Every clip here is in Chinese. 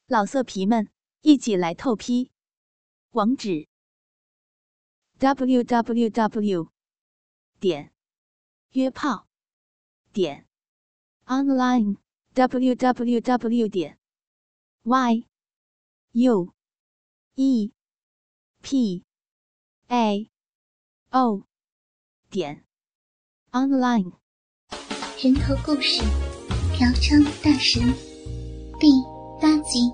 老色皮们，一起来透批！网址 www.约炮online www.yuepao.online。 人头故事，嫖娼大神第8集。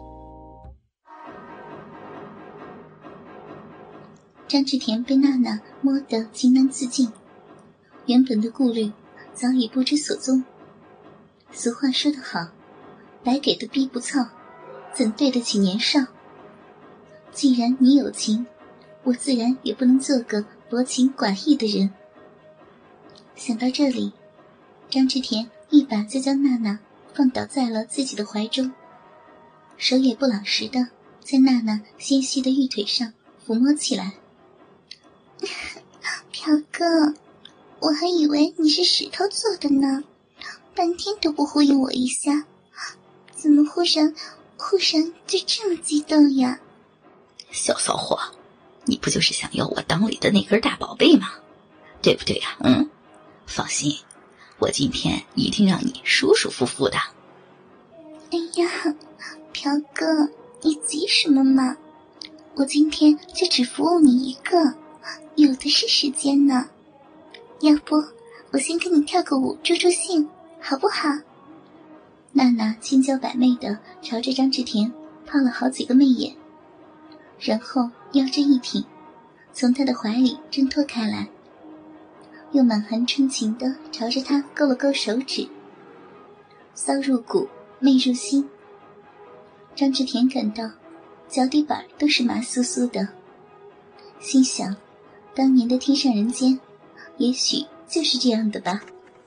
张志田被娜娜摸得情难自禁，原本的顾虑早已不知所踪。俗话说得好，白给的逼不糙，怎对得起年少？既然你有情，我自然也不能做个薄情寡义的人。想到这里，张志田一把就将娜娜放倒在了自己的怀中，手也不老实的在娜娜纤细的玉腿上抚摸起来。朴哥，我还以为你是石头做的呢，半天都不呼应我一下，怎么忽然就这么激动呀？ 小骚货，你不就是想要我裆里的那根大宝贝吗？对不对呀？放心，我今天一定让你舒舒服服的。 哎呀，朴哥，你急什么嘛？我今天就只服务你一个，有的是时间呢。要不我先跟你跳个舞助助兴，好不好？娜娜千娇百媚地朝着张志田抛了好几个媚眼，然后腰肢一挺，从他的怀里挣脱开来，又满含春情地朝着他勾了勾手指。骚入骨，媚入心，张志田感到脚底板都是麻酥酥的，心想当年的天上人间也许就是这样的吧。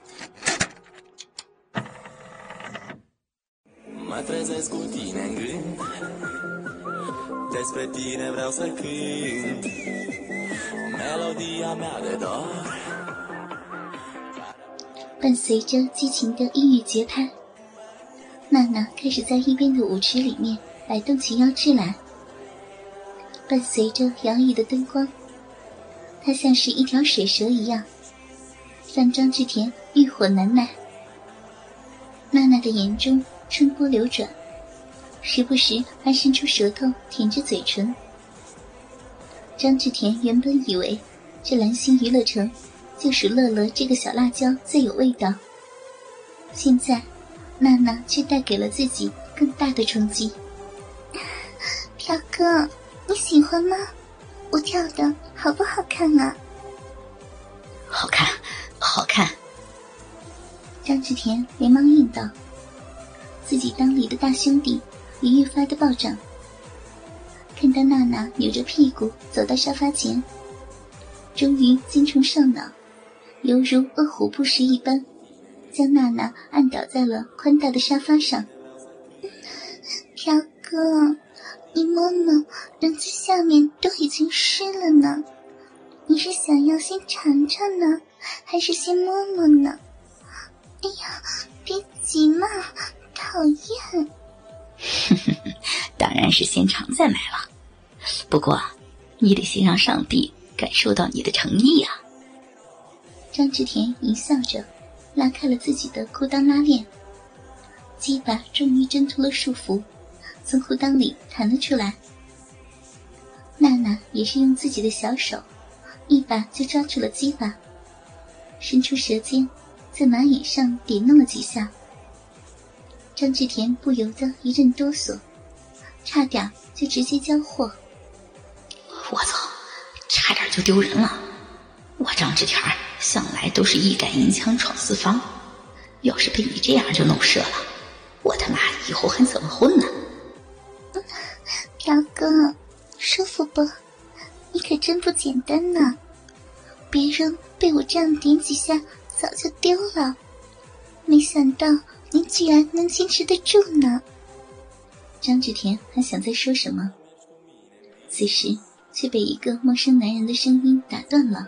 伴随着激情的音乐节拍，娜娜开始在一边的舞池里面摆动起腰肢来。伴随着摇曳的灯光，她像是一条水蛇一样，让张志田欲火难耐。娜娜的眼中春波流转，时不时还伸出舌头舔着嘴唇。张志田原本以为这兰心娱乐城就属乐乐这个小辣椒最有味道，现在娜娜却带给了自己更大的冲击。朴哥，你喜欢吗？我跳的好不好看啊？ 好看，好看。 张志田连忙应道，自己裆里的大兄弟也愈发的暴涨。看到娜娜扭着屁股走到沙发前，终于精虫上脑，犹如饿虎扑食一般，将娜娜按倒在了宽大的沙发上。朴哥，你摸摸，人家下面都已经湿了呢，你是想要先尝尝呢，还是先摸摸呢？哎呀，别急嘛，讨厌。 当然是先尝再买了，不过你得先让上帝感受到你的诚意呀。 张志田淫笑着拉开了自己的裤裆拉链，鸡巴终于挣脱了束缚，从裤裆里弹了出来。娜娜也是用自己的小手一把就抓住了鸡巴，伸出舌尖在马眼上点弄了几下。张志田不由得一阵哆嗦，差点就直接交货。 我操，差点就丢人了。我张志田向来都是一杆银枪闯四方，要是被你这样就弄射了，我他妈以后还怎么混呢？ 朴哥，舒服不？你可真不简单呢，别人被我这样点几下早就丢了，没想到你居然能坚持得住呢。张志田还想再说什么，此时却被一个陌生男人的声音打断了。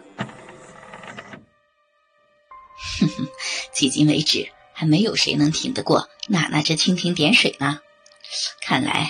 哼哼，迄今为止还没有谁能挺得过娜娜这蜻蜓点水呢。看来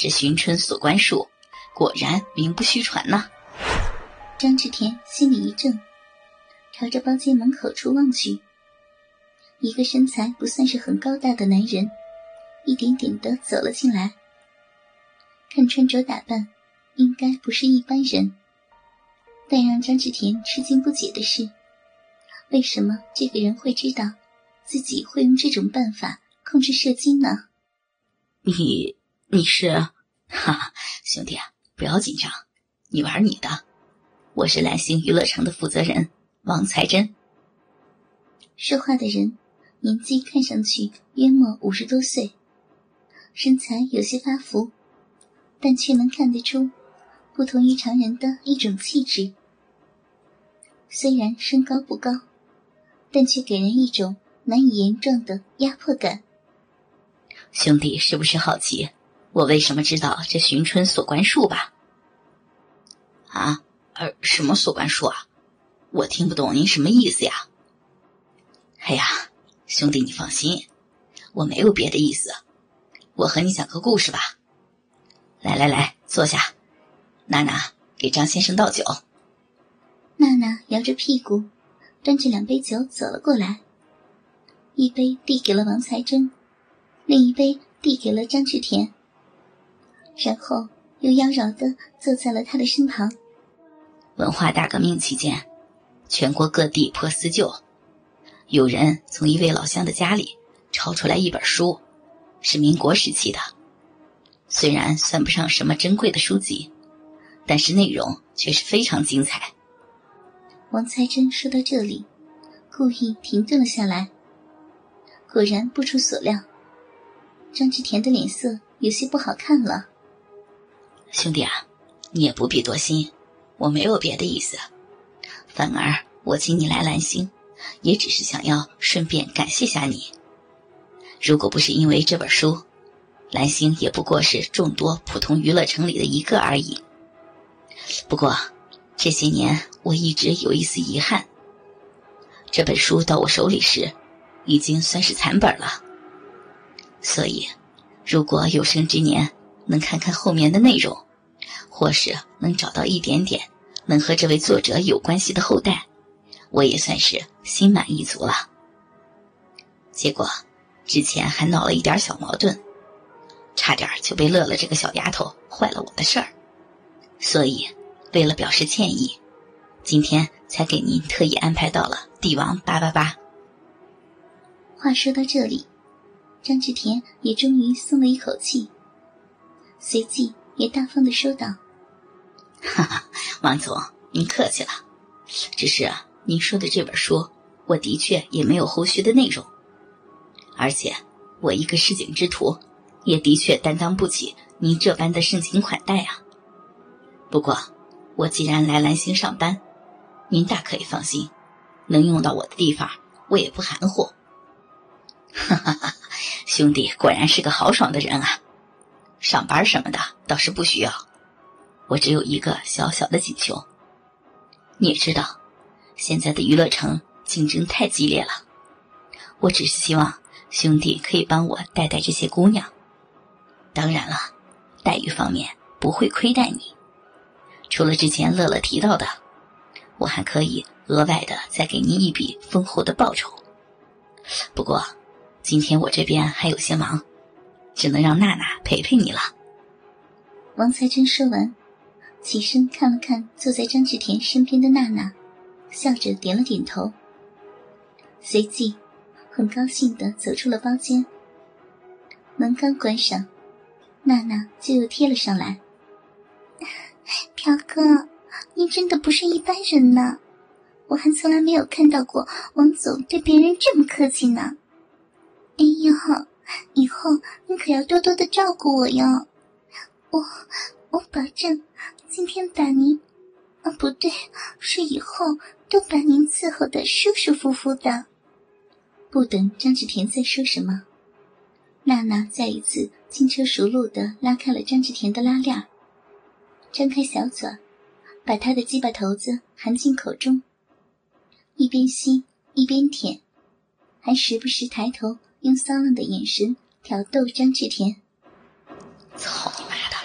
这寻春锁关术果然名不虚传呐。 张志田心里一怔，朝着包间门口处望去，一个身材不算是很高大的男人一点点地走了进来。看穿着打扮应该不是一般人，但让张志田吃惊不解的是，为什么这个人会知道自己会用这种办法控制射精呢？ 你是？哈哈，兄弟啊，不要紧张，你玩你的，我是蓝星娱乐城的负责人王才珍。 说话的人年纪看上去约莫50多岁，身材有些发福，但却能看得出不同于常人的一种气质。虽然身高不高，但却给人一种难以言状的压迫感。 兄弟是不是好奇我为什么知道这寻春锁关术吧？啊，什么锁关术啊？我听不懂您什么意思呀？哎呀，兄弟你放心，我没有别的意思，我和你讲个故事吧。来，坐下。娜娜，给张先生倒酒。 娜娜摇着屁股，端着2杯酒走了过来，一杯递给了王才珍，另一杯递给了张志田，然后又妖娆地坐在了他的身旁。 文化大革命期间，全国各地破四旧，有人从一位老乡的家里抄出来一本书，是民国时期的，虽然算不上什么珍贵的书籍，但是内容却是非常精彩。 王才珍说到这里，故意停顿了下来。果然不出所料，张志田的脸色有些不好看了。 兄弟啊，你也不必多心，我没有别的意思，反而我请你来蓝星，也只是想要顺便感谢下你。如果不是因为这本书，蓝星也不过是众多普通娱乐城里的一个而已。不过这些年我一直有一丝遗憾，这本书到我手里时已经算是残本了，所以如果有生之年能看看后面的内容，或是能找到一点点能和这位作者有关系的后代，我也算是心满意足了。结果之前还闹了一点小矛盾，差点就被乐乐这个小丫头坏了我的事儿，所以为了表示歉意，今天才给您特意安排到了帝王888。 话说到这里，张志田也终于松了一口气，随即也大方地说道： 哈哈，王总您客气了，只是您说的这本书我的确也没有后续的内容，而且我一个市井之徒也的确担当不起您这般的盛情款待啊。不过我既然来蓝星上班，您大可以放心，能用到我的地方我也不含糊。哈哈哈，兄弟果然是个豪爽的人啊，上班什么的倒是不需要，我只有一个小小的请求。你也知道现在的娱乐城竞争太激烈了，我只是希望兄弟可以帮我带带这些姑娘，当然了，待遇方面不会亏待你，除了之前乐乐提到的，我还可以额外的再给您一笔丰厚的报酬。不过今天我这边还有些忙，只能让娜娜陪陪你了。 王才珍说完，起身看了看坐在张志田身边的娜娜，笑着点了点头，随即很高兴地走出了包间。门刚关上，娜娜就又贴了上来：朴哥，您真的不是一般人呢，我还从来没有看到过王总对别人这么客气呢。哎呦，以后您可要多多的照顾我哟，我保证今天把您，不对，是以后都把您伺候得舒舒服服的。不等张志田在说什么，娜娜再一次轻车熟路地拉开了张志田的拉链，张开小嘴，把他的鸡巴头子含进口中，一边吸一边舔，还时不时抬头用骚浪的眼神挑逗张志田。 操你妈的，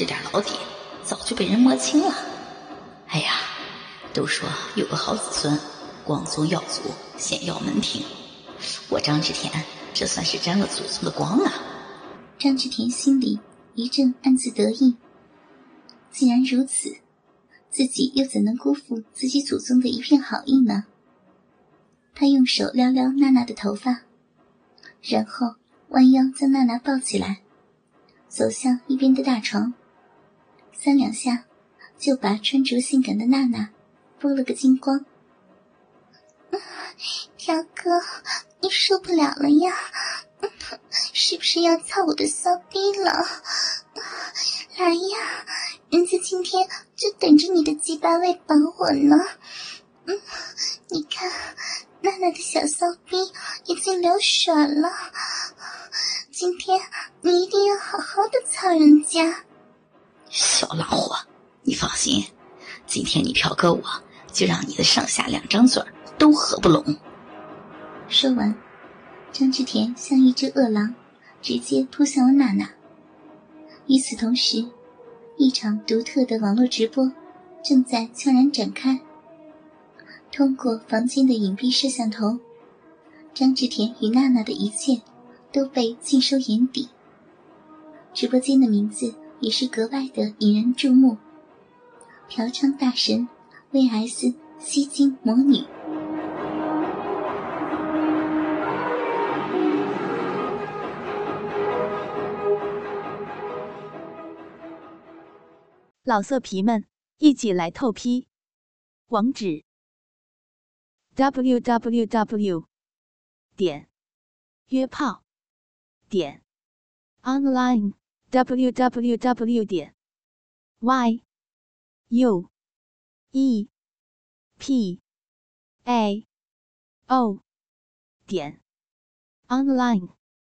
这点老底早就被人摸清了。哎呀，都说有个好子孙，光宗耀祖，显耀门庭。我张志田这算是沾了祖宗的光啊！ 张志田心里一阵暗自得意。既然如此，自己又怎能辜负自己祖宗的一片好意呢？他用手撩撩娜娜的头发，然后弯腰将娜娜抱起来，走向一边的大床，3两下就把穿着性感的娜娜剥了个精光。条哥，你受不了了呀，是不是要操我的骚逼了？来呀，人家今天就等着你的鸡巴味绑我呢。你看娜娜的小骚逼已经流水了，今天你一定要好好的操人家。 小老虎，你放心，今天你嫖哥我就让你的上下2张嘴都合不拢。 说完，张志田像一只饿狼，直接扑向了娜娜。与此同时，一场独特的网络直播正在悄然展开。通过房间的隐蔽摄像头，张志田与娜娜的一切都被尽收眼底。直播间的名字也是格外的引人注目：嫖娼大神 vs 吸金魔女。 老色皮们，一起来透批！网址 www.约炮online www.yuepao.online